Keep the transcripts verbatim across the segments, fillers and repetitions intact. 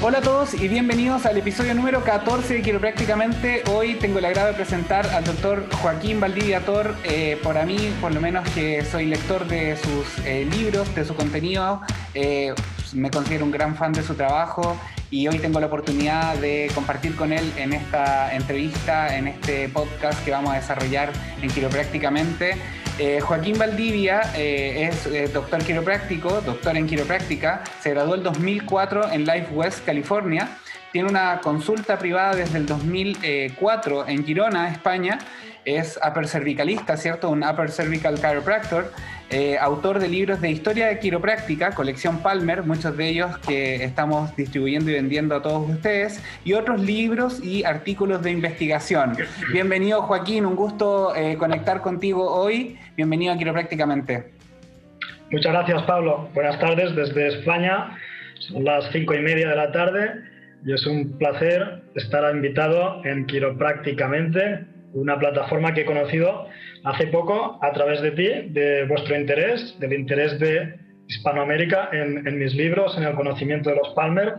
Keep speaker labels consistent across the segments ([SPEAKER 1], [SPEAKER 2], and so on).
[SPEAKER 1] Hola a todos y bienvenidos al episodio número catorce de Quiroprácticamente. Hoy tengo el agrado de presentar al doctor Joaquín Valdivia Tor. Eh, para mí, por lo menos que soy lector de sus eh, libros, de su contenido, eh, me considero un gran fan de su trabajo y hoy tengo la oportunidad de compartir con él en esta entrevista, en este podcast que vamos a desarrollar en Quiroprácticamente. Eh, Joaquín Valdivia eh, es eh, doctor quiropráctico, doctor en quiropráctica, se graduó el dos mil cuatro en Life West, California, tiene una consulta privada desde el dos mil cuatro en Girona, España, es upper cervicalista, ¿cierto? Un upper cervical chiropractor, eh, autor de libros de historia de quiropráctica, colección Palmer, muchos de ellos que estamos distribuyendo y vendiendo a todos ustedes, y otros libros y artículos de investigación. Bienvenido, Joaquín, un gusto eh, conectar contigo hoy. Bienvenido a Quiroprácticamente.
[SPEAKER 2] Muchas gracias, Pablo. Buenas tardes desde España. Son las cinco y media de la tarde y es un placer estar invitado en Quiroprácticamente, una plataforma que he conocido hace poco a través de ti, de vuestro interés, del interés de Hispanoamérica en, en mis libros, en el conocimiento de los Palmer,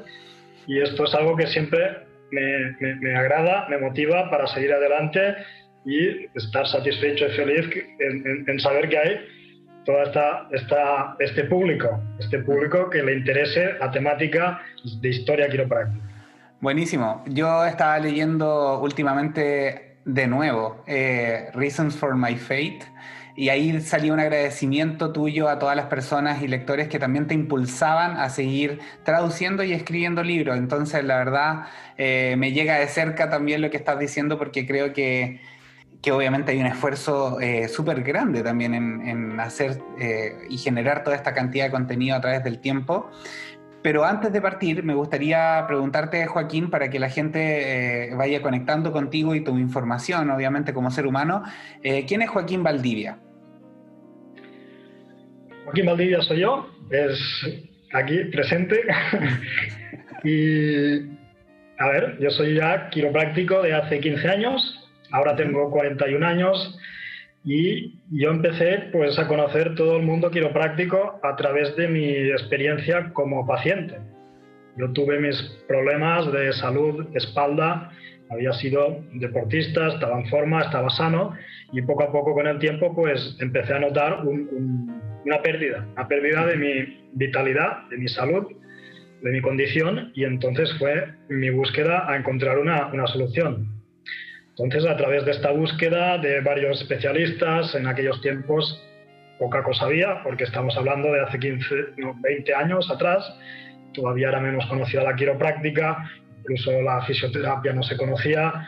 [SPEAKER 2] y esto es algo que siempre me, me, me agrada, me motiva para seguir adelante y estar satisfecho y feliz en, en, en saber que hay todo esta, esta, este público, este público que le interese la temática de historia quiropráctica.
[SPEAKER 1] Buenísimo. Yo estaba leyendo últimamente de nuevo eh, Reasons for My Fate, y ahí salió un agradecimiento tuyo a todas las personas y lectores que también te impulsaban a seguir traduciendo y escribiendo libros. Entonces, la verdad, eh, me llega de cerca también lo que estás diciendo, porque creo que, que obviamente hay un esfuerzo eh, súper grande también en, en hacer eh, y generar toda esta cantidad de contenido a través del tiempo. Pero antes de partir, me gustaría preguntarte, Joaquín, para que la gente eh, vaya conectando contigo y tu información, obviamente, como ser humano, eh, ¿quién es Joaquín Valdivia?
[SPEAKER 2] Joaquín Valdivia soy yo, es aquí presente. Y, a ver, yo soy ya quiropráctico de hace quince años, ahora tengo cuarenta y un años, y yo empecé pues a conocer todo el mundo quiropráctico a través de mi experiencia como paciente. Yo tuve mis problemas de salud, espalda, había sido deportista, estaba en forma, estaba sano, y poco a poco con el tiempo pues empecé a notar un, un, una pérdida, una pérdida de mi vitalidad, de mi salud, de mi condición, y entonces fue mi búsqueda a encontrar una, una solución. Entonces, a través de esta búsqueda de varios especialistas, en aquellos tiempos poca cosa había, porque estamos hablando de hace quince, no, veinte años atrás, todavía era menos conocida la quiropráctica, incluso la fisioterapia no se conocía,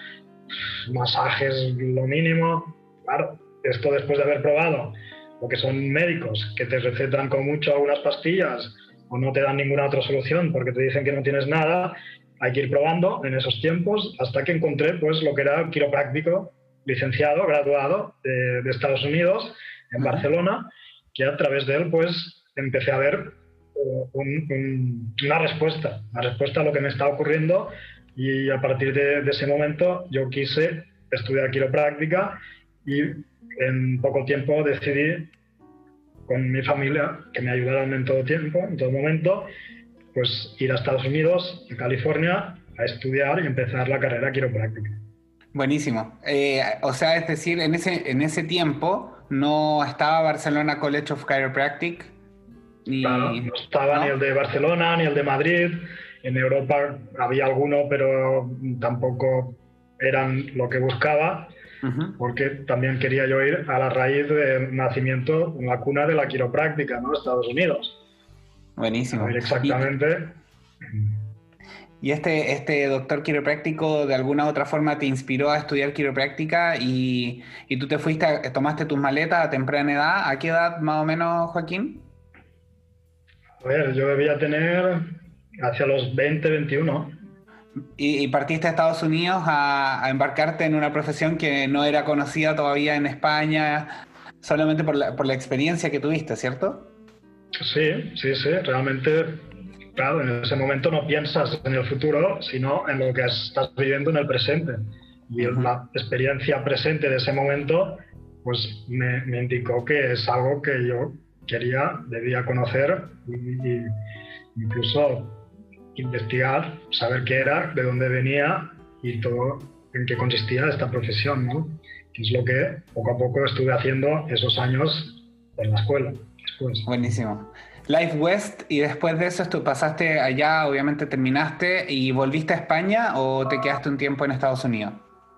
[SPEAKER 2] masajes lo mínimo. Claro, esto después de haber probado lo que son médicos que te recetan con mucho unas pastillas o no te dan ninguna otra solución porque te dicen que no tienes nada. Hay que ir probando en esos tiempos hasta que encontré pues, lo que era quiropráctico, licenciado, graduado de, de Estados Unidos, en Barcelona, que a través de él pues, empecé a ver uh, un, un, una respuesta, una respuesta a lo que me estaba ocurriendo, y a partir de, de ese momento yo quise estudiar quiropráctica y en poco tiempo decidí con mi familia que me ayudaran en todo tiempo, en todo momento, pues ir a Estados Unidos, a California, a estudiar y empezar la carrera quiropráctica.
[SPEAKER 1] Buenísimo. Eh, o sea, es decir, en ese, en ese tiempo no estaba Barcelona College of Chiropractic.
[SPEAKER 2] Y, claro, no estaba, ¿no?, ni el de Barcelona, ni el de Madrid. En Europa había alguno, pero tampoco eran lo que buscaba, uh-huh. Porque también quería yo ir a la raíz del nacimiento, en la cuna de la quiropráctica, ¿no?, Estados Unidos.
[SPEAKER 1] Buenísimo.
[SPEAKER 2] A ver exactamente.
[SPEAKER 1] Y, y este, este doctor quiropráctico de alguna u otra forma te inspiró a estudiar quiropráctica y, y tú te fuiste, a, tomaste tus maletas a temprana edad. ¿A qué edad más o menos, Joaquín?
[SPEAKER 2] A ver, yo debía tener hacia los veinte, veintiuno.
[SPEAKER 1] Y, y partiste a Estados Unidos a, a embarcarte en una profesión que no era conocida todavía en España, solamente por la, por la experiencia que tuviste, ¿cierto?
[SPEAKER 2] Sí, sí, sí, realmente, claro, en ese momento no piensas en el futuro, sino en lo que estás viviendo en el presente. Y uh-huh. La experiencia presente de ese momento, pues me, me indicó que es algo que yo quería, debía conocer, y, y incluso investigar, saber qué era, de dónde venía y todo en qué consistía esta profesión, ¿no? Que es lo que poco a poco estuve haciendo esos años en la escuela. Después.
[SPEAKER 1] Buenísimo. Life West, y después de eso tú pasaste allá, obviamente terminaste, ¿y volviste a España o te quedaste un tiempo en Estados Unidos?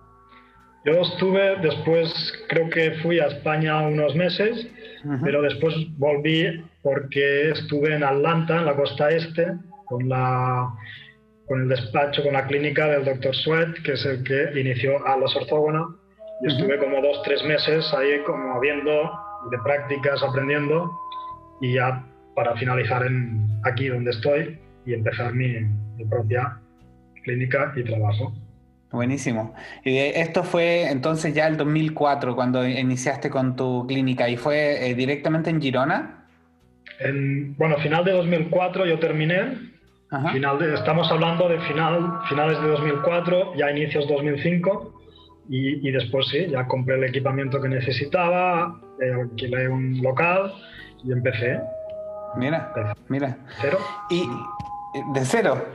[SPEAKER 2] Yo estuve después, creo que fui a España unos meses, uh-huh. pero después volví porque estuve en Atlanta, en la costa este, con, la, con el despacho, con la clínica del doctor Sweat, que es el que inició Atlas Orthogonal, y estuve uh-huh. como dos, tres meses ahí como viendo, de prácticas, aprendiendo, y ya para finalizar en, aquí donde estoy y empezar mi, mi propia clínica y trabajo.
[SPEAKER 1] Buenísimo. Y esto fue entonces ya el dos mil cuatro cuando iniciaste con tu clínica, ¿y fue eh, directamente en Girona?
[SPEAKER 2] En, bueno, final de dos mil cuatro yo terminé. Final de, estamos hablando de final, finales de dos mil cuatro, ya inicios dos mil cinco, y, y después sí, ya compré el equipamiento que necesitaba, eh, alquilé un local y empecé.
[SPEAKER 1] Mira,
[SPEAKER 2] empecé.
[SPEAKER 1] mira.
[SPEAKER 2] ¿Cero?
[SPEAKER 1] ¿Y de cero?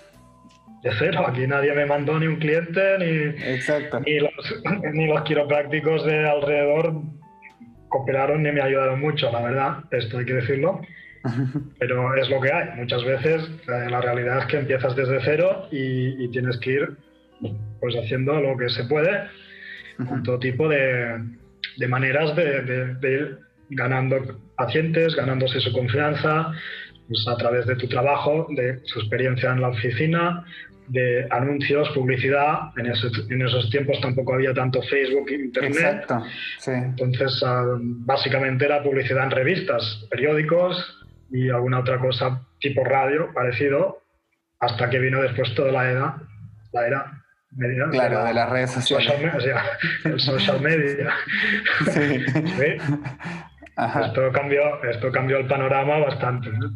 [SPEAKER 2] De cero, aquí nadie me mandó ni un cliente, ni,
[SPEAKER 1] Exacto.
[SPEAKER 2] ni, los, ni los quiroprácticos de alrededor cooperaron ni me ayudaron mucho, la verdad, esto hay que decirlo, pero es lo que hay. Muchas veces eh, la realidad es que empiezas desde cero y, y tienes que ir pues haciendo lo que se puede, con todo tipo de, de maneras de, de, de ir ganando pacientes, ganándose su confianza, pues a través de tu trabajo, de su experiencia en la oficina, de anuncios, publicidad. En esos, en esos tiempos tampoco había tanto Facebook e Internet.
[SPEAKER 1] Exacto, sí.
[SPEAKER 2] Entonces, uh, básicamente era publicidad en revistas, periódicos y alguna otra cosa tipo radio, parecido, hasta que vino después toda la era, la era media.
[SPEAKER 1] Claro,
[SPEAKER 2] de, la,
[SPEAKER 1] de las redes sociales.
[SPEAKER 2] Social, o sea, el social media.
[SPEAKER 1] Sí.
[SPEAKER 2] ¿Sí? Esto cambió, esto cambió el panorama bastante, ¿no?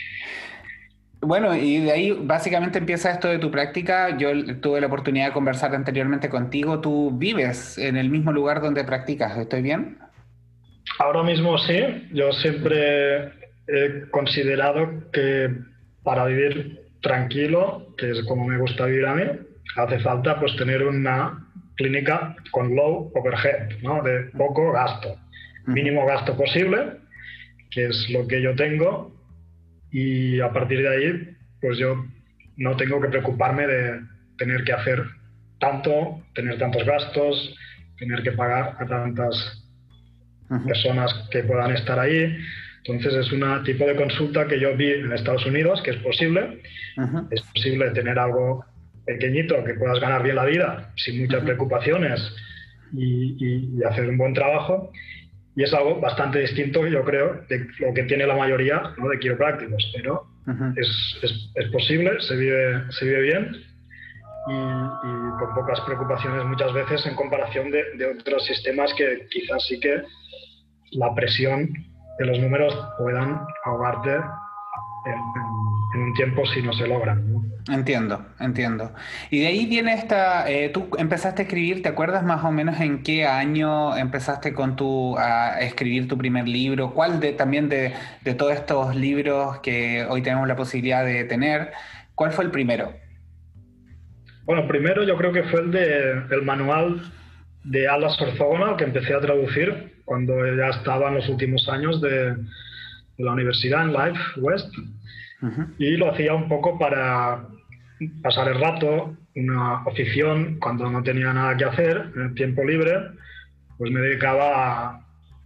[SPEAKER 1] Bueno, y de ahí básicamente empieza esto de tu práctica. Yo tuve la oportunidad de conversar anteriormente contigo. ¿Tú vives en el mismo lugar donde practicas? ¿Estoy bien?
[SPEAKER 2] Ahora mismo sí. Yo siempre he considerado que para vivir tranquilo, que es como me gusta vivir a mí, hace falta pues tener una clínica con low overhead, ¿no? De poco gasto. Mínimo gasto posible, que es lo que yo tengo. Y a partir de ahí, pues yo no tengo que preocuparme de tener que hacer tanto, tener tantos gastos, tener que pagar a tantas uh-huh. personas que puedan estar ahí. Entonces es un tipo de consulta que yo vi en Estados Unidos, que es posible. Uh-huh. Es posible tener algo pequeñito, que puedas ganar bien la vida, sin muchas uh-huh. preocupaciones y, y, y hacer un buen trabajo. Y es algo bastante distinto, yo creo, de lo que tiene la mayoría, ¿no?, de quiroprácticos, pero uh-huh. es, es, es posible, se vive, se vive bien y, y con pocas preocupaciones muchas veces en comparación de, de otros sistemas que quizás sí que la presión de los números puedan ahogarte en, en, en un tiempo si no se logran, ¿no?
[SPEAKER 1] Entiendo, entiendo. Y de ahí viene esta, eh, tú empezaste a escribir, ¿te acuerdas más o menos en qué año empezaste con tu, a escribir tu primer libro? ¿Cuál de también de, de todos estos libros que hoy tenemos la posibilidad de tener, cuál fue el primero?
[SPEAKER 2] Bueno, primero yo creo que fue el de el manual de Atlas Orthogonal, que empecé a traducir cuando ya estaba en los últimos años de, de la universidad en Life West. Uh-huh. Y lo hacía un poco para pasar el rato, una afición, cuando no tenía nada que hacer, en el tiempo libre, pues me dedicaba a,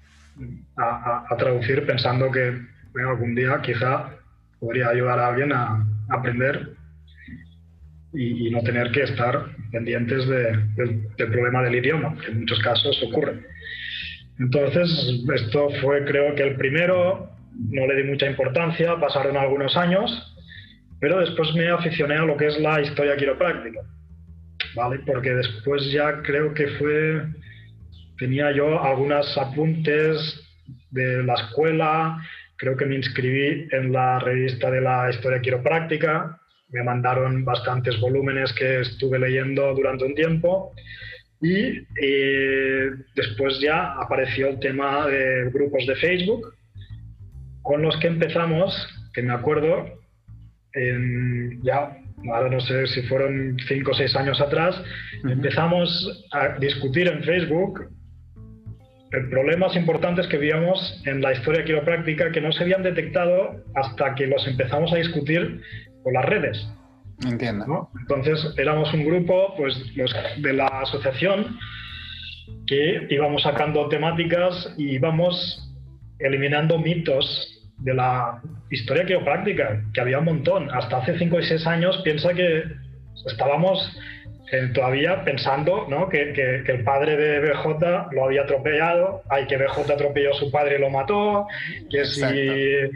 [SPEAKER 2] a, a traducir pensando que bueno, algún día quizá podría ayudar a alguien a, a aprender y, y no tener que estar pendientes de, de, del problema del idioma, que en muchos casos ocurre. Entonces, esto fue creo que el primero. No le di mucha importancia, pasaron algunos años, pero después me aficioné a lo que es la historia quiropráctica, ¿vale? Porque después ya creo que fue, tenía yo algunos apuntes de la escuela, creo que me inscribí en la revista de la historia quiropráctica, me mandaron bastantes volúmenes que estuve leyendo durante un tiempo y eh, después ya apareció el tema de grupos de Facebook, con los que empezamos, que me acuerdo, en, ya, ahora no sé si fueron cinco o seis años atrás, uh-huh. empezamos a discutir en Facebook problemas importantes que veíamos en la historia quiropráctica que no se habían detectado hasta que los empezamos a discutir por las redes.
[SPEAKER 1] Entiendo.
[SPEAKER 2] ¿No? Entonces éramos un grupo, pues, los de la asociación, que íbamos sacando temáticas y íbamos eliminando mitos de la historia quiropráctica, que había un montón. Hasta hace cinco o seis años piensa que estábamos eh, todavía pensando, ¿no?, que, que, que el padre de B J lo había atropellado, ay, que B J atropelló a su padre y lo mató, que
[SPEAKER 1] Exacto.
[SPEAKER 2] si eh,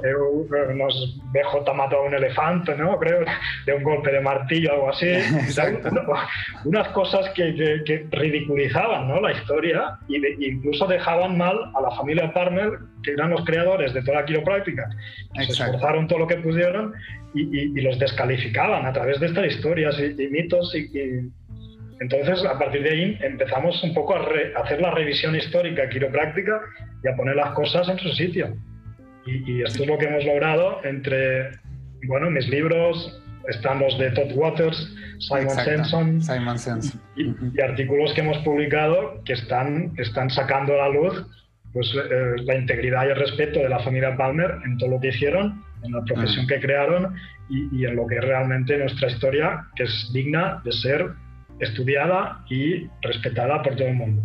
[SPEAKER 2] nos, B J mató a un elefante, ¿no?, creo, de un golpe de martillo o algo así.
[SPEAKER 1] Exacto.
[SPEAKER 2] Unas cosas que, que, que ridiculizaban, ¿no?, la historia, y de, incluso dejaban mal a la familia Palmer, que eran los creadores de toda la quiropráctica. Se esforzaron todo lo que pudieron y, y, y los descalificaban a través de estas historias y, y mitos. Y, y entonces, a partir de ahí, empezamos un poco a, re, a hacer la revisión histórica quiropráctica y a poner las cosas en su sitio. Y, y esto es lo que hemos logrado entre, bueno, mis libros, están los de Todd Waters, Simon Senson,
[SPEAKER 1] Simon Senson.
[SPEAKER 2] Y, uh-huh. y artículos que hemos publicado que están, están sacando a la luz, pues, eh, la integridad y el respeto de la familia Palmer en todo lo que hicieron, en la profesión uh-huh. que crearon y, y en lo que es realmente nuestra historia, que es digna de ser estudiada y respetada por todo el mundo.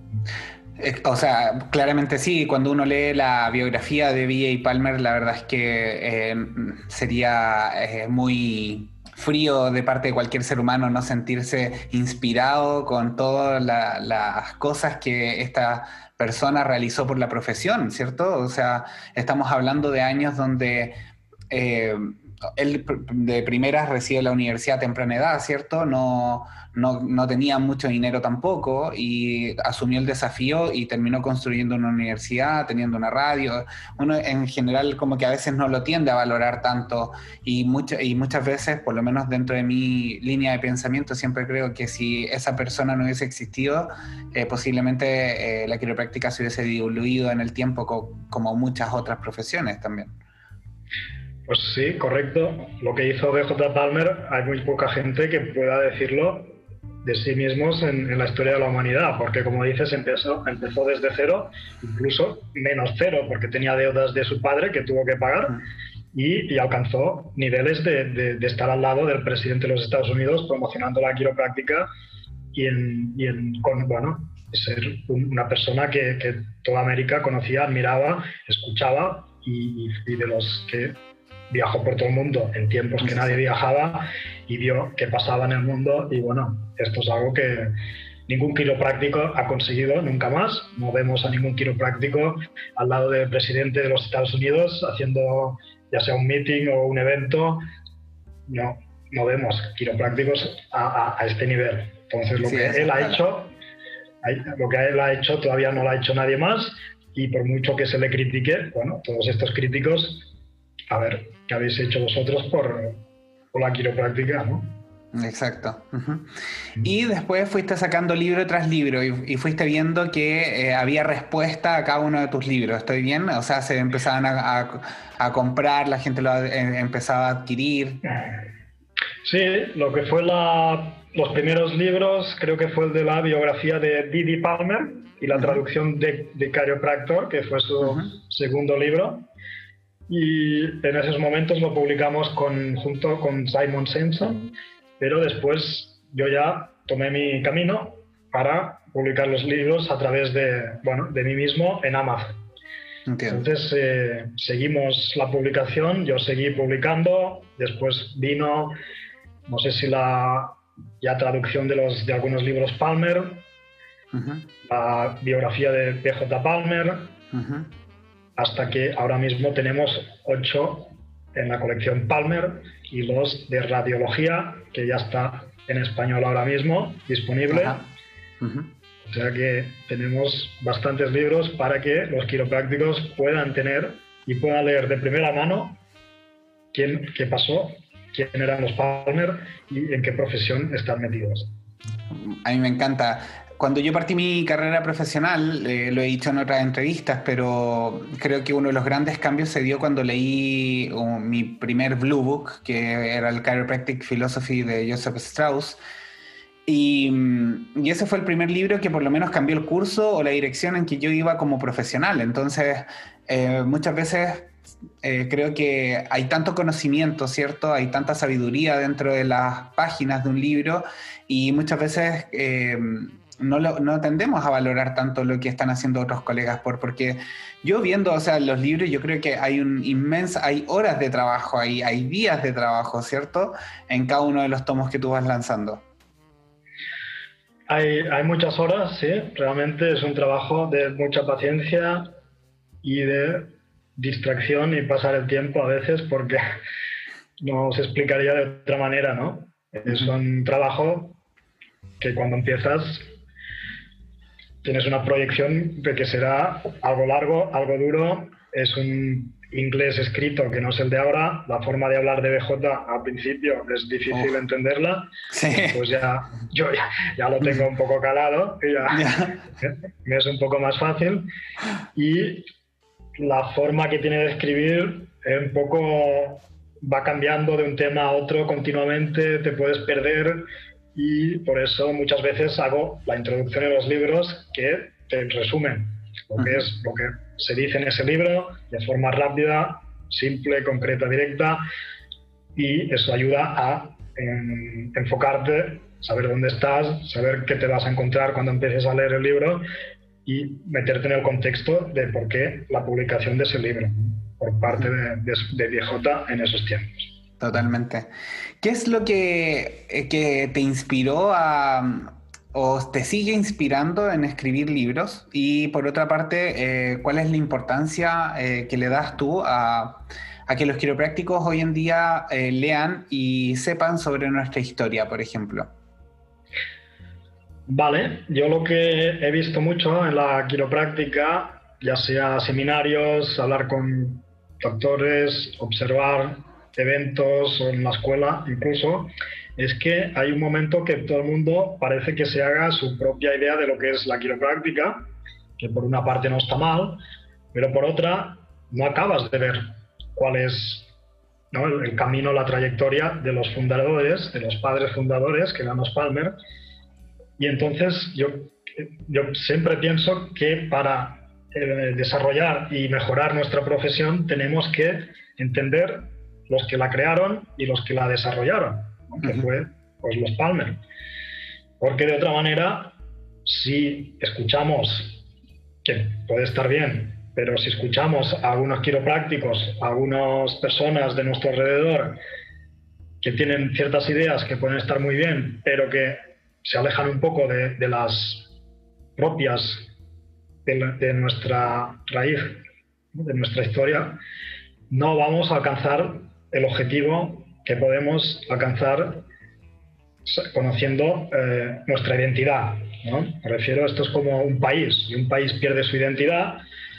[SPEAKER 1] O sea, claramente sí. Cuando uno lee la biografía de B A Palmer, la verdad es que eh, sería eh, muy frío de parte de cualquier ser humano no sentirse inspirado con todas la, las cosas que esta persona realizó por la profesión, ¿cierto? O sea, estamos hablando de años donde eh, él de primeras recibe la universidad a temprana edad, ¿cierto? No, no, no tenía mucho dinero tampoco y asumió el desafío y terminó construyendo una universidad, teniendo una radio. Uno en general como que a veces no lo tiende a valorar tanto y, mucho, y muchas veces, por lo menos dentro de mi línea de pensamiento, siempre creo que si esa persona no hubiese existido, eh, posiblemente eh, la quiropráctica se hubiese diluido en el tiempo co- como muchas otras profesiones también.
[SPEAKER 2] Pues sí, correcto. Lo que hizo B J Palmer, hay muy poca gente que pueda decirlo de sí mismos en, en la historia de la humanidad, porque como dices, empezó, empezó desde cero, incluso menos cero, porque tenía deudas de su padre que tuvo que pagar y, y alcanzó niveles de, de, de estar al lado del presidente de los Estados Unidos promocionando la quiropráctica y en, y en con, bueno, ser un, una persona que, que toda América conocía, admiraba, escuchaba y, y de los que viajó por todo el mundo en tiempos que nadie viajaba y vio qué pasaba en el mundo y bueno, esto es algo que ningún quiropráctico ha conseguido nunca más. No vemos a ningún quiropráctico al lado del presidente de los Estados Unidos haciendo ya sea un meeting o un evento. No, no vemos quiroprácticos a, a, a este nivel. Entonces lo sí, que él ha hecho, lo que él ha hecho todavía no lo ha hecho nadie más y por mucho que se le critique, bueno, todos estos críticos, a ver, ¿qué habéis hecho vosotros por, por la quiropráctica, no?
[SPEAKER 1] Exacto. Uh-huh. Y después fuiste sacando libro tras libro y, y fuiste viendo que eh, había respuesta a cada uno de tus libros. ¿Estoy bien? O sea, se empezaban a, a, a comprar, la gente lo eh, empezaba a adquirir.
[SPEAKER 2] Sí, lo que fue la, los primeros libros, creo que fue el de la biografía de Didi Palmer y la uh-huh. traducción de, de Chiropractor, que fue su uh-huh. segundo libro. Y en esos momentos lo publicamos con, junto con Simon Senson, pero después yo ya tomé mi camino para publicar los libros a través de, bueno, de mí mismo en Amazon. Entiendo. Entonces eh, seguimos la publicación, yo seguí publicando, después vino, no sé si la ya traducción de, los, de algunos libros Palmer, uh-huh. la biografía de B J Palmer, uh-huh. hasta que ahora mismo tenemos ocho en la colección Palmer y los de radiología, que ya está en español ahora mismo, disponible. Uh-huh. O sea que tenemos bastantes libros para que los quiroprácticos puedan tener y puedan leer de primera mano quién, qué pasó, quién eran los Palmer y en qué profesión están metidos.
[SPEAKER 1] A mí me encanta. Cuando yo partí mi carrera profesional, eh, lo he dicho en otras entrevistas, pero creo que uno de los grandes cambios se dio cuando leí uh, mi primer Blue Book, que era el Chiropractic Philosophy de Joseph Strauss. Y, y ese fue el primer libro que por lo menos cambió el curso o la dirección en que yo iba como profesional. Entonces, eh, muchas veces eh, creo que hay tanto conocimiento, ¿cierto? Hay tanta sabiduría dentro de las páginas de un libro y muchas veces eh, no, lo, no tendemos a valorar tanto lo que están haciendo otros colegas, por, porque yo viendo, o sea, los libros, yo creo que hay un inmenso, hay horas de trabajo, hay, hay días de trabajo, ¿cierto? En cada uno de los tomos que tú vas lanzando.
[SPEAKER 2] Hay, hay muchas horas, sí, realmente es un trabajo de mucha paciencia y de distracción y pasar el tiempo a veces porque no se explicaría de otra manera, ¿no? Es un trabajo que cuando empiezas tienes una proyección de que será algo largo, algo duro, es un inglés escrito que no es el de ahora, la forma de hablar de B J al principio es difícil oh. entenderla,
[SPEAKER 1] sí.
[SPEAKER 2] Pues ya yo ya, ya lo tengo un poco calado y ya yeah. me es un poco más fácil y la forma que tiene de escribir es un poco va cambiando de un tema a otro continuamente, te puedes perder y por eso muchas veces hago la introducción en los libros que te resumen lo que es lo que se dice en ese libro de forma rápida, simple, concreta, directa y eso ayuda a en, enfocarte, saber dónde estás, saber qué te vas a encontrar cuando empieces a leer el libro y meterte en el contexto de por qué la publicación de ese libro por parte de, de, de B J en esos tiempos.
[SPEAKER 1] Totalmente. ¿Qué es lo que, que te inspiró a, o te sigue inspirando en escribir libros? Y por otra parte, eh, ¿cuál es la importancia eh, que le das tú a, a que los quiroprácticos hoy en día eh, lean y sepan sobre nuestra historia, por ejemplo?
[SPEAKER 2] Vale, yo lo que he visto mucho en la quiropráctica, ya sea seminarios, hablar con doctores, observar eventos o en la escuela incluso, es que hay un momento que todo el mundo parece que se haga su propia idea de lo que es la quiropráctica, que por una parte no está mal, pero por otra no acabas de ver cuál es, ¿no?, el, el camino, la trayectoria de los fundadores, de los padres fundadores, que eran los Palmer. Y entonces yo, yo siempre pienso que para eh, desarrollar y mejorar nuestra profesión tenemos que entender los que la crearon y los que la desarrollaron, ¿no? Que fue pues, los Palmer. Porque de otra manera, si escuchamos, que puede estar bien, pero si escuchamos a algunos quiroprácticos, a algunas personas de nuestro alrededor que tienen ciertas ideas que pueden estar muy bien, pero que se alejan un poco de, de las propias de, la, de nuestra raíz, de nuestra historia, no vamos a alcanzar el objetivo que podemos alcanzar conociendo eh, nuestra identidad, ¿no? Me refiero, esto es como un país, y un país pierde su identidad,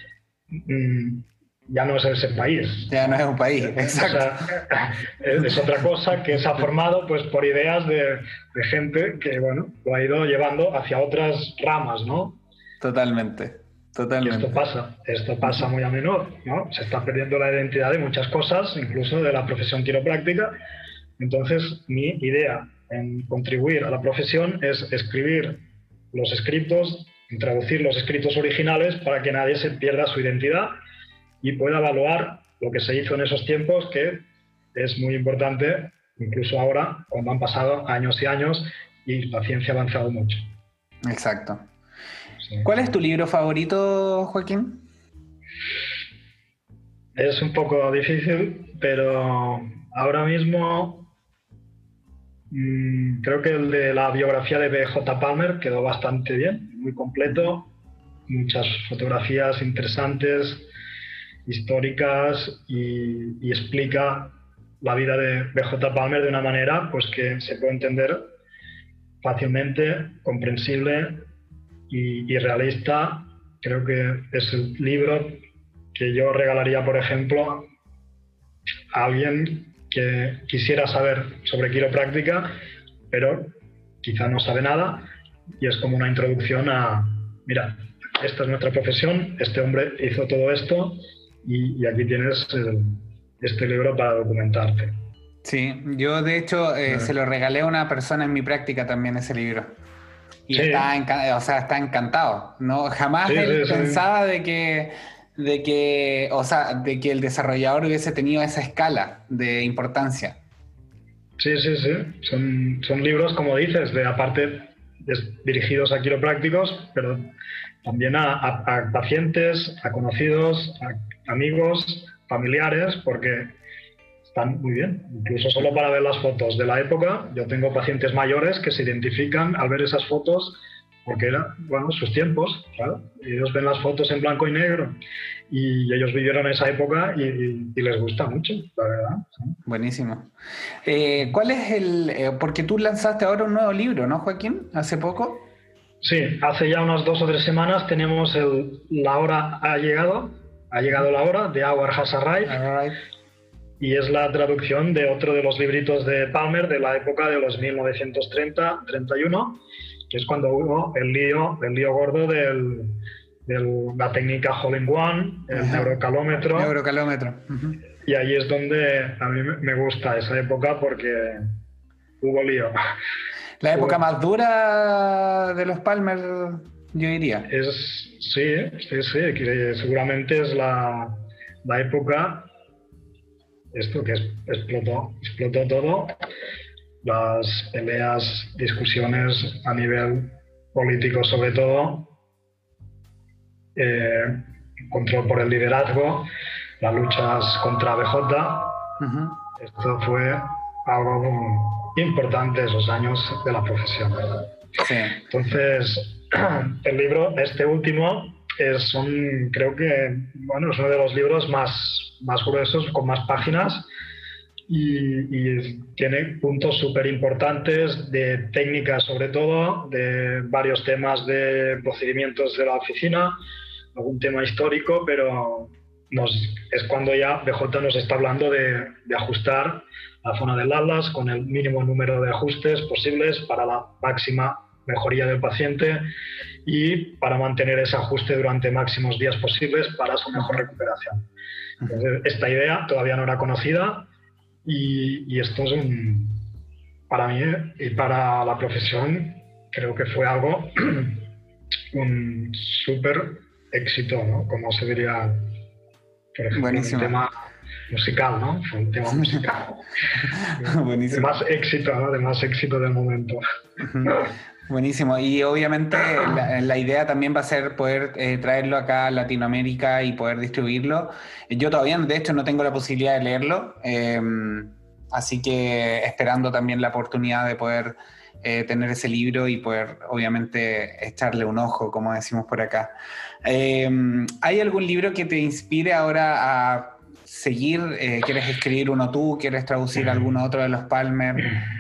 [SPEAKER 2] mmm, ya no es ese país.
[SPEAKER 1] Ya no es un país, exacto.
[SPEAKER 2] O sea, es otra cosa que se ha formado pues, por ideas de, de gente que bueno, lo ha ido llevando hacia otras ramas, ¿no?
[SPEAKER 1] Totalmente, totalmente.
[SPEAKER 2] Y esto pasa, esto pasa muy a menudo, ¿no? Se está perdiendo la identidad de muchas cosas, incluso de la profesión quiropráctica. Entonces, mi idea en contribuir a la profesión es escribir los escritos, traducir los escritos originales para que nadie se pierda su identidad y pueda evaluar lo que se hizo en esos tiempos, que es muy importante, incluso ahora, cuando han pasado años y años y la ciencia ha avanzado mucho.
[SPEAKER 1] Exacto. Sí. ¿Cuál es tu libro favorito, Joaquín?
[SPEAKER 2] Es un poco difícil, pero ahora mismo mmm, creo que el de la biografía de B J Palmer quedó bastante bien, muy completo, muchas fotografías interesantes, históricas y, y explica la vida de B J Palmer de una manera pues que se puede entender fácilmente, comprensible y, y realista. Creo que es el libro que yo regalaría, por ejemplo, a alguien que quisiera saber sobre quiropráctica, pero quizá no sabe nada y es como una introducción a, mira, esta es nuestra profesión, este hombre hizo todo esto y, y aquí tienes el, este libro para documentarte.
[SPEAKER 1] Sí, yo de hecho eh, se lo regalé a una persona en mi práctica también ese libro. Y
[SPEAKER 2] Sí,
[SPEAKER 1] está, enca- o sea, está encantado. No, jamás
[SPEAKER 2] sí,
[SPEAKER 1] él
[SPEAKER 2] sí, sí.
[SPEAKER 1] pensaba de que, de que, o sea, de que el desarrollador hubiese tenido esa escala de importancia.
[SPEAKER 2] Sí, sí, sí. Son, son libros, como dices, de aparte es- dirigidos a quiroprácticos, pero también a, a- a pacientes, a conocidos, a amigos, familiares, porque están muy bien. Incluso solo para ver las fotos de la época, yo tengo pacientes mayores que se identifican al ver esas fotos porque eran, bueno, sus tiempos, claro. Ellos ven las fotos en blanco y negro y ellos vivieron esa época y, y- y les gusta mucho, la verdad. ¿Sí?
[SPEAKER 1] Buenísimo. Eh, ¿cuál es el...? eh, porque tú lanzaste ahora un nuevo libro, ¿no, Joaquín? ¿Hace poco?
[SPEAKER 2] Sí, hace ya unas dos o tres semanas tenemos el La hora ha llegado, ha llegado la hora, de Hour Has Arrived,
[SPEAKER 1] All right.
[SPEAKER 2] y es la traducción de otro de los libritos de Palmer de la época de los mil novecientos treinta treinta y uno, que es cuando hubo el lío, el lío gordo de la técnica Hole-in-One, el
[SPEAKER 1] Ajá.
[SPEAKER 2] neurocalómetro,
[SPEAKER 1] Neurocalómetro. Ujú.
[SPEAKER 2] y ahí es donde a mí me gusta esa época porque hubo lío.
[SPEAKER 1] La época
[SPEAKER 2] Hubo-
[SPEAKER 1] más dura de los Palmer, yo diría.
[SPEAKER 2] Es, sí, sí, sí, que seguramente es la, la época, esto que es- explotó, explotó todo, las peleas, discusiones a nivel político sobre todo, eh, control por el liderazgo, las luchas contra B J,
[SPEAKER 1] Ujú.
[SPEAKER 2] esto fue algo importante esos años de la profesión, ¿verdad?
[SPEAKER 1] Sí.
[SPEAKER 2] Entonces, el libro, este último, es un, creo que, bueno, es uno de los libros más, más gruesos, con más páginas, y, y tiene puntos súper importantes de técnica, sobre todo, de varios temas de procedimientos de la oficina, algún tema histórico, pero nos, es cuando ya B J nos está hablando de, de ajustar la zona del atlas con el mínimo número de ajustes posibles para la máxima mejoría del paciente y para mantener ese ajuste durante máximos días posibles para su mejor recuperación. Entonces, esta idea todavía no era conocida y, y esto es un, para mí y para la profesión, creo que fue algo, un súper éxito, ¿no? Como se diría, por ejemplo, en un
[SPEAKER 1] Buenísimo.
[SPEAKER 2] tema musical, ¿no? Fue un tema musical. De
[SPEAKER 1] Buenísimo.
[SPEAKER 2] más éxito, ¿no? De más éxito del momento.
[SPEAKER 1] Ujú. Buenísimo. Y obviamente la, la idea también va a ser poder eh, traerlo acá a Latinoamérica y poder distribuirlo. Yo todavía, de hecho, no tengo la posibilidad de leerlo, eh, así que esperando también la oportunidad de poder eh, tener ese libro y poder, obviamente, echarle un ojo, como decimos por acá. Eh, ¿hay algún libro que te inspire ahora a seguir? Eh, ¿quieres escribir uno tú? ¿Quieres traducir alguno otro de los Palmer?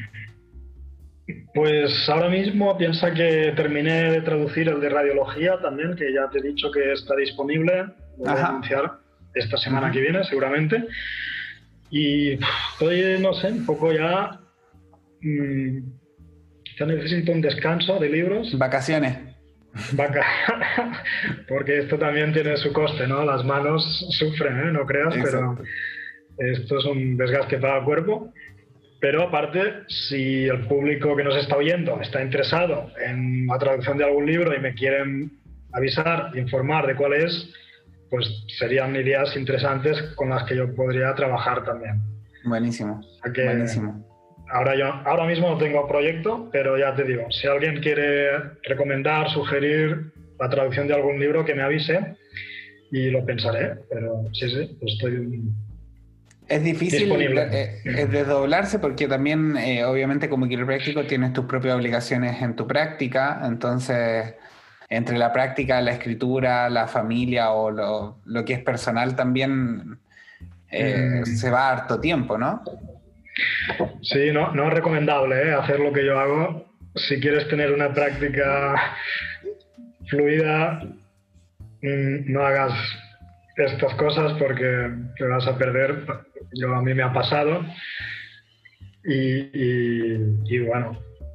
[SPEAKER 2] Pues ahora mismo piensa que terminé de traducir el de radiología también, que ya te he dicho que está disponible. Lo voy a
[SPEAKER 1] Ajá.
[SPEAKER 2] anunciar esta semana
[SPEAKER 1] Uh-huh.
[SPEAKER 2] que viene, seguramente. Y pff, estoy, no sé, un poco ya... Mmm, quizá necesito un descanso de libros.
[SPEAKER 1] Vacaciones.
[SPEAKER 2] Vaca. Porque esto también tiene su coste, ¿no? Las manos sufren, ¿eh? No creas, pero
[SPEAKER 1] Exacto.
[SPEAKER 2] esto es un desgaste para el cuerpo. Pero aparte, si el público que nos está oyendo está interesado en la traducción de algún libro y me quieren avisar, informar de cuál es, pues serían ideas interesantes con las que yo podría trabajar también.
[SPEAKER 1] Buenísimo.
[SPEAKER 2] O sea que
[SPEAKER 1] Buenísimo.
[SPEAKER 2] ahora, yo, ahora mismo no tengo proyecto, pero ya te digo, si alguien quiere recomendar, sugerir la traducción de algún libro, que me avise y lo pensaré. Pero sí, sí, estoy...
[SPEAKER 1] Es difícil
[SPEAKER 2] disponible.
[SPEAKER 1] eh, es desdoblarse porque también, eh, obviamente, como quiropráctico tienes tus propias obligaciones en tu práctica, entonces, entre la práctica, la escritura, la familia o lo, lo que es personal también eh,
[SPEAKER 2] Mm,
[SPEAKER 1] se va harto tiempo, ¿no?
[SPEAKER 2] sí, no, no es recomendable, ¿eh? Hacer lo que yo hago. Si quieres tener una práctica fluida, mm, no hagas estas cosas porque te vas a perder. Yo, a mí me ha pasado y, y, y bueno,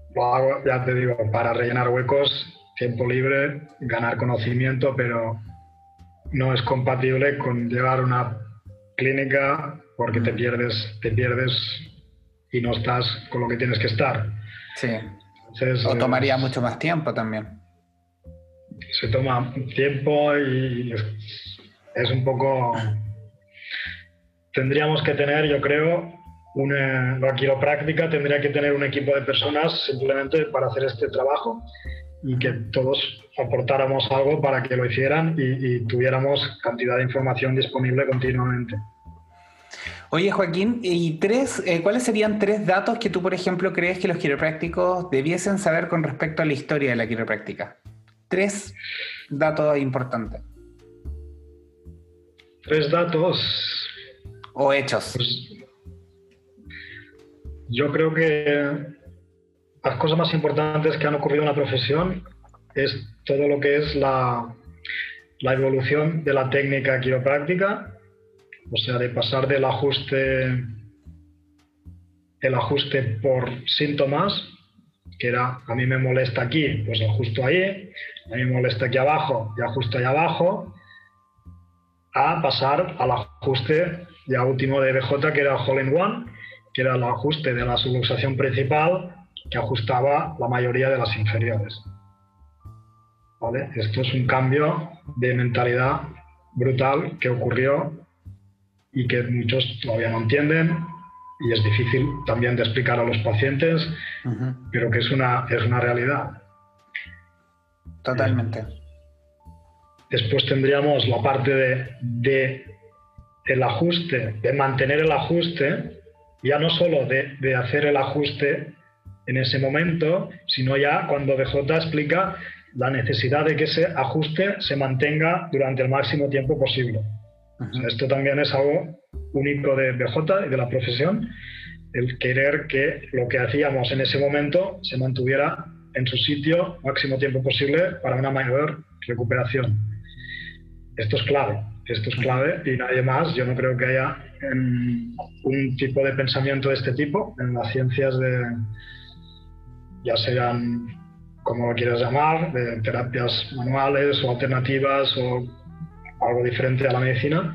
[SPEAKER 2] lo hago, ya te digo, para rellenar huecos, tiempo libre, ganar conocimiento, pero no es compatible con llevar una clínica porque te pierdes, te pierdes y no estás con lo que tienes que estar.
[SPEAKER 1] Sí.
[SPEAKER 2] Entonces,
[SPEAKER 1] O tomaría
[SPEAKER 2] es,
[SPEAKER 1] mucho más tiempo también.
[SPEAKER 2] se toma tiempo y es, es un poco... Tendríamos que tener, yo creo, una, la quiropráctica tendría que tener un equipo de personas simplemente para hacer este trabajo y que todos aportáramos algo para que lo hicieran y, y tuviéramos cantidad de información disponible continuamente.
[SPEAKER 1] Oye, Joaquín, ¿y tres, eh, cuáles serían tres datos que tú, por ejemplo, crees que los quiroprácticos debiesen saber con respecto a la historia de la quiropráctica? Tres datos importantes.
[SPEAKER 2] Tres datos.
[SPEAKER 1] O hechos.
[SPEAKER 2] Pues, yo creo que las cosas más importantes que han ocurrido en la profesión es todo lo que es la, la evolución de la técnica quiropráctica, o sea, de pasar del ajuste, el ajuste por síntomas, que era a mí me molesta aquí, pues ajusto ahí, a mí me molesta aquí abajo y ajusto ahí abajo, a pasar al ajuste ya último de B J, que era All in One, que era el ajuste de la subluxación principal que ajustaba la mayoría de las inferiores. ¿Vale? Esto es un cambio de mentalidad brutal que ocurrió y que muchos todavía no entienden y es difícil también de explicar a los pacientes, uh-huh. pero que es una, es una realidad.
[SPEAKER 1] Totalmente.
[SPEAKER 2] Eh, después tendríamos la parte de, de el ajuste, de mantener el ajuste, ya no solo de, de hacer el ajuste en ese momento, sino ya cuando B J explica la necesidad de que ese ajuste se mantenga durante el máximo tiempo posible. Uh-huh. O sea, esto también es algo único de B J y de la profesión, el querer que lo que hacíamos en ese momento se mantuviera en su sitio máximo tiempo posible para una mayor recuperación. Esto es clave, esto es clave y nadie más, yo no creo que haya en un tipo de pensamiento de este tipo en las ciencias de, ya sean como lo quieras llamar, de terapias manuales o alternativas o algo diferente a la medicina,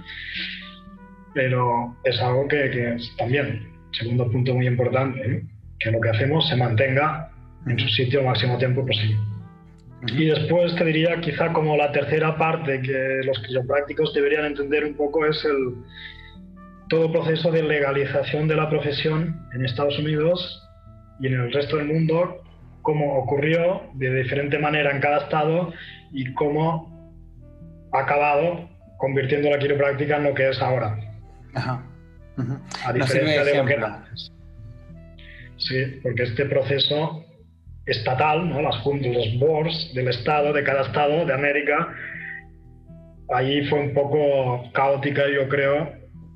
[SPEAKER 2] pero es algo que, que es también, segundo punto muy importante, ¿eh? Que lo que hacemos se mantenga en su sitio el máximo tiempo posible. Uh-huh. Y después te diría quizá como la tercera parte que los quiroprácticos deberían entender un poco es el todo proceso de legalización de la profesión en Estados Unidos y en el resto del mundo, cómo ocurrió de diferente manera en cada estado y cómo ha acabado convirtiendo la quiropráctica en lo que es ahora.
[SPEAKER 1] Ajá. Uh-huh.
[SPEAKER 2] A diferencia de, de lo que era antes. Sí, porque este proceso estatal, ¿no? Las juntas, los boards del estado, de cada estado de América, ahí fue un poco caótica, yo creo.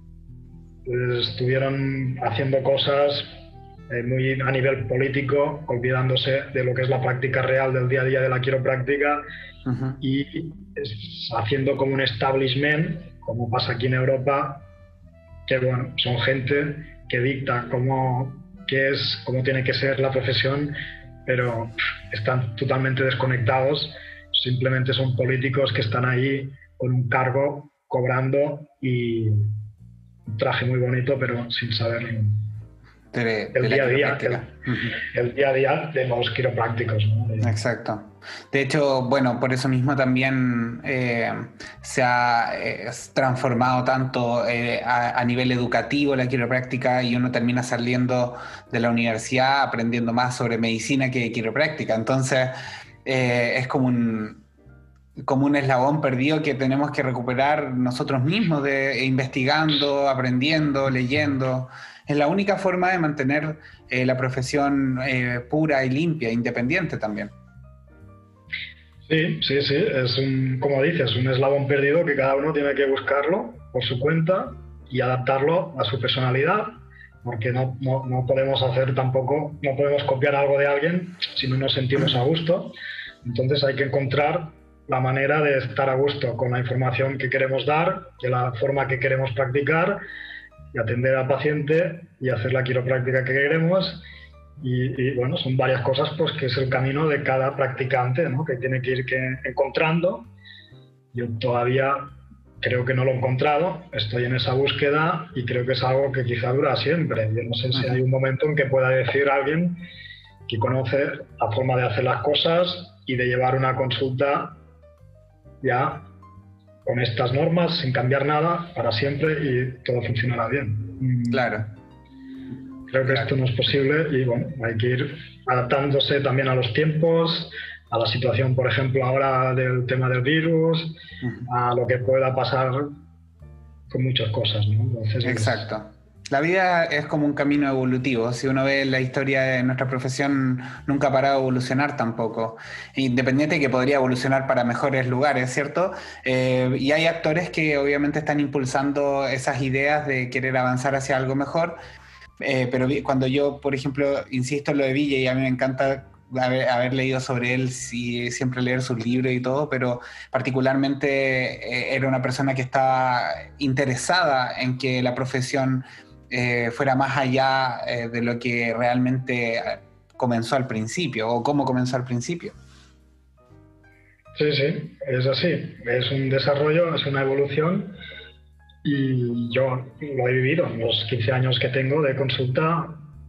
[SPEAKER 2] Estuvieron haciendo cosas eh, muy a nivel político, olvidándose de lo que es la práctica real del día a día de la quiropráctica. Uh-huh. Y haciendo como un establishment, como pasa aquí en Europa, que bueno, son gente que dicta cómo, qué es, cómo tiene que ser la profesión, pero están totalmente desconectados, simplemente son políticos que están ahí con un cargo, cobrando y un traje muy bonito, pero sin saber
[SPEAKER 1] de,
[SPEAKER 2] el,
[SPEAKER 1] de
[SPEAKER 2] día a día, el,
[SPEAKER 1] uh-huh.
[SPEAKER 2] el día a día de los quiroprácticos, ¿no?
[SPEAKER 1] Exacto. De hecho, bueno, por eso mismo también eh, se ha eh, transformado tanto eh, a, a nivel educativo la quiropráctica y uno termina saliendo de la universidad aprendiendo más sobre medicina que quiropráctica. Entonces, eh, es como un, como un eslabón perdido que tenemos que recuperar nosotros mismos, de, investigando, aprendiendo, leyendo. Es la única forma de mantener eh, la profesión eh, pura y limpia, independiente también.
[SPEAKER 2] Sí, sí, sí, es un, como dices, un eslabón perdido que cada uno tiene que buscarlo por su cuenta y adaptarlo a su personalidad, porque no, no, no podemos hacer tampoco, no podemos copiar algo de alguien si no nos sentimos a gusto. Entonces hay que encontrar la manera de estar a gusto con la información que queremos dar, de la forma que queremos practicar y atender al paciente y hacer la quiropráctica que queremos Y, y bueno, son varias cosas pues que es el camino de cada practicante, ¿no? Que tiene que ir que, encontrando. Yo todavía creo que no lo he encontrado, estoy en esa búsqueda y creo que es algo que quizá dura siempre. Yo no sé si hay un momento en que pueda decir alguien que conoce la forma de hacer las cosas y de llevar una consulta ya con estas normas, sin cambiar nada, para siempre y todo funcionará bien.
[SPEAKER 1] Claro.
[SPEAKER 2] Creo que
[SPEAKER 1] claro.
[SPEAKER 2] esto no es posible y bueno, hay que ir adaptándose también a los tiempos, a la situación, por ejemplo, ahora del tema del virus, uh-huh. a lo que pueda pasar con muchas cosas, ¿no? Entonces,
[SPEAKER 1] exacto. Es... La vida es como un camino evolutivo. Si uno ve la historia de nuestra profesión, nunca ha parado de evolucionar tampoco. Independiente de que podría evolucionar para mejores lugares, ¿cierto? Eh, y hay actores que obviamente están impulsando esas ideas de querer avanzar hacia algo mejor. Eh, pero cuando yo, por ejemplo, insisto en lo de Villa, y a mí me encanta haber, haber leído sobre él, sí, siempre leer sus libros y todo, pero particularmente eh, era una persona que estaba interesada en que la profesión eh, fuera más allá eh, de lo que realmente comenzó al principio, o cómo comenzó al principio.
[SPEAKER 2] Sí, sí, es así. Es un desarrollo, es una evolución. Y yo lo he vivido en los quince años que tengo de consulta.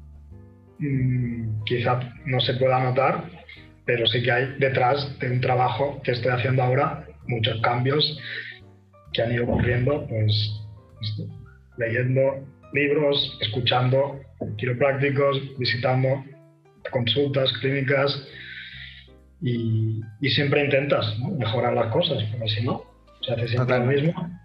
[SPEAKER 2] Mmm, quizá no se pueda notar, pero sí que hay detrás de un trabajo que estoy haciendo ahora muchos cambios que han ido ocurriendo, pues leyendo libros, escuchando quiroprácticos, visitando consultas, clínicas y, y siempre intentas, ¿no?, mejorar las cosas, porque si no, se hace siempre Totalmente. Lo mismo.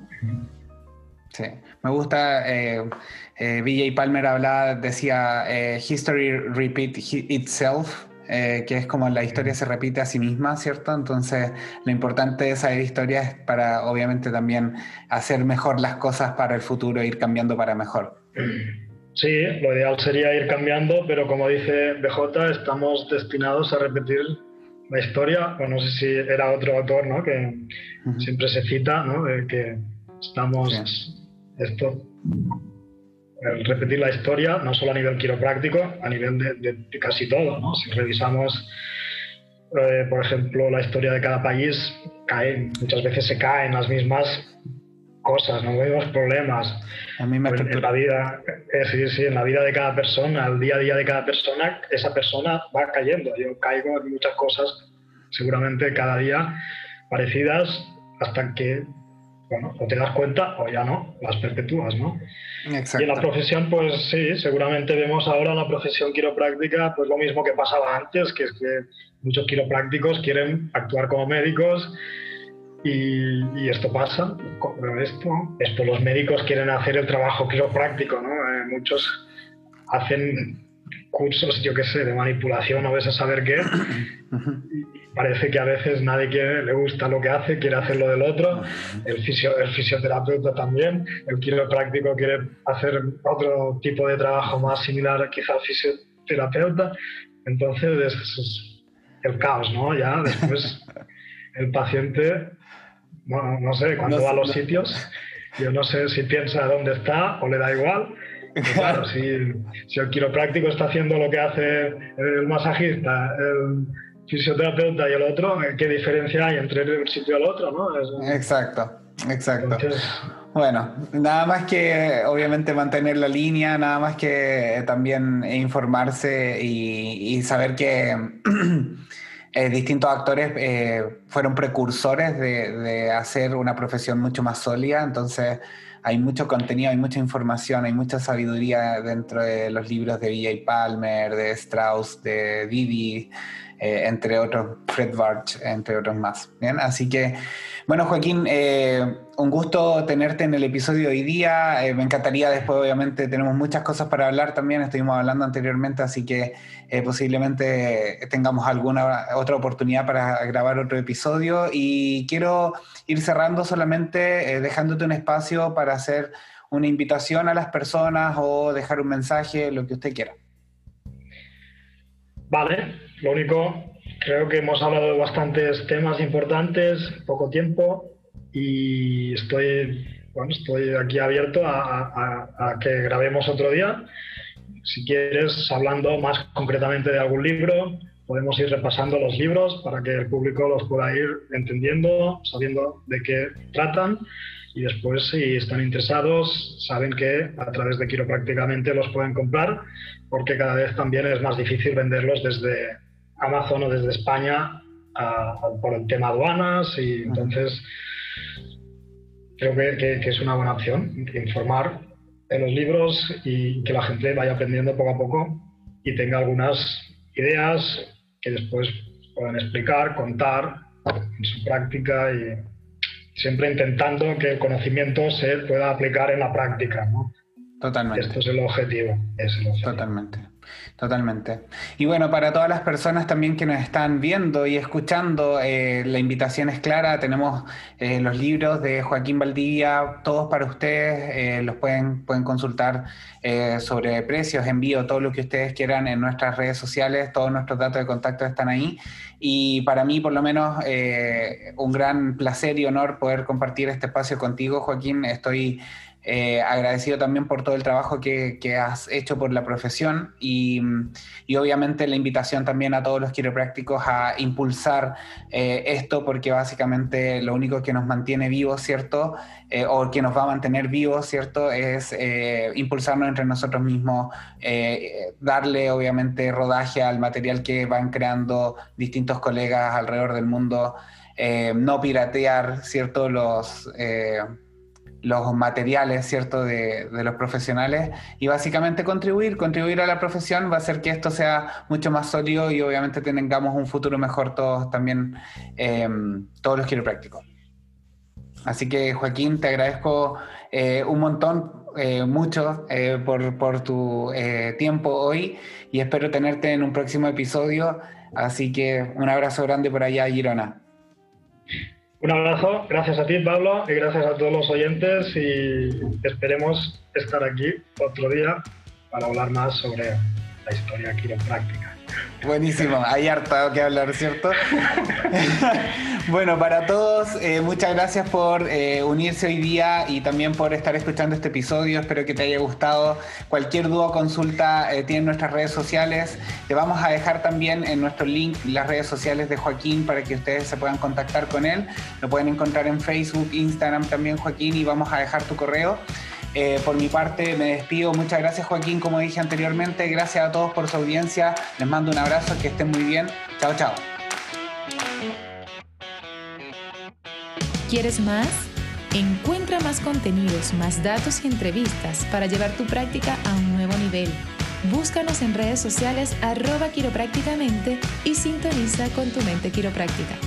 [SPEAKER 1] Sí, me gusta, eh, eh, B J Palmer hablaba, decía, eh, history repeat itself, eh, que es como la historia se repite a sí misma, ¿cierto? Entonces, lo importante de saber historia es para, obviamente, también hacer mejor las cosas para el futuro, ir cambiando para mejor.
[SPEAKER 2] Sí, lo ideal sería ir cambiando, pero como dice B J, estamos destinados a repetir la historia, o no sé si era otro autor, ¿no?, que uh-huh. siempre se cita, ¿no?, de que estamos... Sí. Esto, el repetir la historia, no solo a nivel quiropráctico, a nivel de, de, de casi todo, ¿no? Si revisamos, eh, por ejemplo, la historia de cada país, cae, muchas veces se caen las mismas cosas, los mismos problemas.
[SPEAKER 1] A mí me
[SPEAKER 2] en, en la vida, eh, sí, sí, en la vida de cada persona, el día a día de cada persona, esa persona va cayendo. Yo caigo en muchas cosas, seguramente cada día parecidas, hasta que bueno, o te das cuenta o ya no, las perpetúas, ¿no?
[SPEAKER 1] Exacto.
[SPEAKER 2] Y en la profesión, pues sí, seguramente vemos ahora en la profesión quiropráctica pues lo mismo que pasaba antes, que es que muchos quiroprácticos quieren actuar como médicos y, y esto pasa, esto, esto los médicos quieren hacer el trabajo quiropráctico, ¿no? Eh, muchos hacen cursos, yo qué sé, de manipulación o ves a saber qué. Parece que a veces nadie quiere, le gusta lo que hace, quiere hacer lo del otro. El, fisio, el fisioterapeuta también. El quiropráctico quiere hacer otro tipo de trabajo más similar quizá al fisioterapeuta. Entonces es el caos, ¿no? Ya después el paciente, bueno, no sé, cuando no va a los no. sitios, yo no sé si piensa dónde está o le da igual. Y claro, si, si el quiropráctico está haciendo lo que hace el masajista, el fisioterapeuta y el otro, ¿qué diferencia hay entre un sitio y el otro, no? Es,
[SPEAKER 1] exacto, exacto.
[SPEAKER 2] Entonces,
[SPEAKER 1] bueno, nada más que obviamente mantener la línea, nada más que también informarse y, y saber que eh, distintos actores eh, fueron precursores de, de hacer una profesión mucho más sólida, entonces hay mucho contenido, hay mucha información, hay mucha sabiduría dentro de los libros de B J Palmer, de Strauss, de Didi, eh, entre otros, Fred Varch, entre otros más. Bien, así que, bueno, Joaquín, eh, un gusto tenerte en el episodio de hoy día. Eh, me encantaría después, obviamente, tenemos muchas cosas para hablar también, estuvimos hablando anteriormente, así que eh, posiblemente tengamos alguna otra oportunidad para grabar otro episodio. Y quiero ir cerrando solamente eh, dejándote un espacio para hacer una invitación a las personas o dejar un mensaje, lo que usted quiera.
[SPEAKER 2] Vale, lo único, creo que hemos hablado de bastantes temas importantes, poco tiempo, y estoy, bueno, estoy aquí abierto a, a, a que grabemos otro día. si quieres, hablando más concretamente de algún libro, podemos ir repasando los libros para que el público los pueda ir entendiendo, sabiendo de qué tratan. Y después, si están interesados, saben que a través de Quiroprácticamente los pueden comprar, porque cada vez también es más difícil venderlos desde Amazon o desde España a, a, por el tema aduanas. Y entonces creo que, que, que es una buena opción informar en los libros y que la gente vaya aprendiendo poco a poco y tenga algunas ideas que después puedan explicar, contar en su práctica, y siempre intentando que el conocimiento se pueda aplicar en la práctica, ¿no?
[SPEAKER 1] Totalmente.
[SPEAKER 2] Esto es el objetivo. Es el objetivo.
[SPEAKER 1] Totalmente. Totalmente. Y bueno, para todas las personas también que nos están viendo y escuchando, eh, la invitación es clara. Tenemos eh, los libros de Joaquín Valdivia, todos para ustedes. Eh, los pueden, pueden consultar eh, sobre precios, envío, todo lo que ustedes quieran en nuestras redes sociales. Todos nuestros datos de contacto están ahí. Y para mí, por lo menos, eh, un gran placer y honor poder compartir este espacio contigo, Joaquín. Estoy Eh, agradecido también por todo el trabajo que, que has hecho por la profesión, y, y obviamente la invitación también a todos los quiroprácticos a impulsar eh, esto, porque básicamente lo único que nos mantiene vivos, ¿cierto? Eh, o que nos va a mantener vivos, ¿cierto? Es eh, impulsarnos entre nosotros mismos, eh, darle obviamente rodaje al material que van creando distintos colegas alrededor del mundo, eh, no piratear, ¿cierto? Los... Eh, los materiales, ¿cierto?, de, de los profesionales, y básicamente contribuir, contribuir a la profesión va a hacer que esto sea mucho más sólido y obviamente tengamos un futuro mejor todos también, eh, todos los quiroprácticos. Así que, Joaquín, te agradezco eh, un montón, eh, mucho, eh, por, por tu eh, tiempo hoy, y espero tenerte en un próximo episodio. Así que un abrazo grande por allá, Girona.
[SPEAKER 2] Un abrazo, gracias a ti, Pablo, y gracias a todos los oyentes, y esperemos estar aquí otro día para hablar más sobre la historia quiropráctica.
[SPEAKER 1] Buenísimo, hay harto que hablar, ¿cierto? Bueno, para todos, eh, muchas gracias por eh, unirse hoy día y también por estar escuchando este episodio. Espero que te haya gustado. Cualquier duda o consulta eh, tiene nuestras redes sociales. Te vamos a dejar también en nuestro link las redes sociales de Joaquín para que ustedes se puedan contactar con él. Lo pueden encontrar en Facebook, Instagram también, Joaquín, y vamos a dejar tu correo. Eh, por mi parte me despido. Muchas gracias, Joaquín, como dije anteriormente. Gracias a todos por su audiencia. Les mando un abrazo, que estén muy bien. Chao, chao.
[SPEAKER 3] ¿Quieres más? Encuentra más contenidos, más datos y entrevistas para llevar tu práctica a un nuevo nivel. Búscanos en redes sociales arroba quiroprácticamente y sintoniza con tu mente quiropráctica.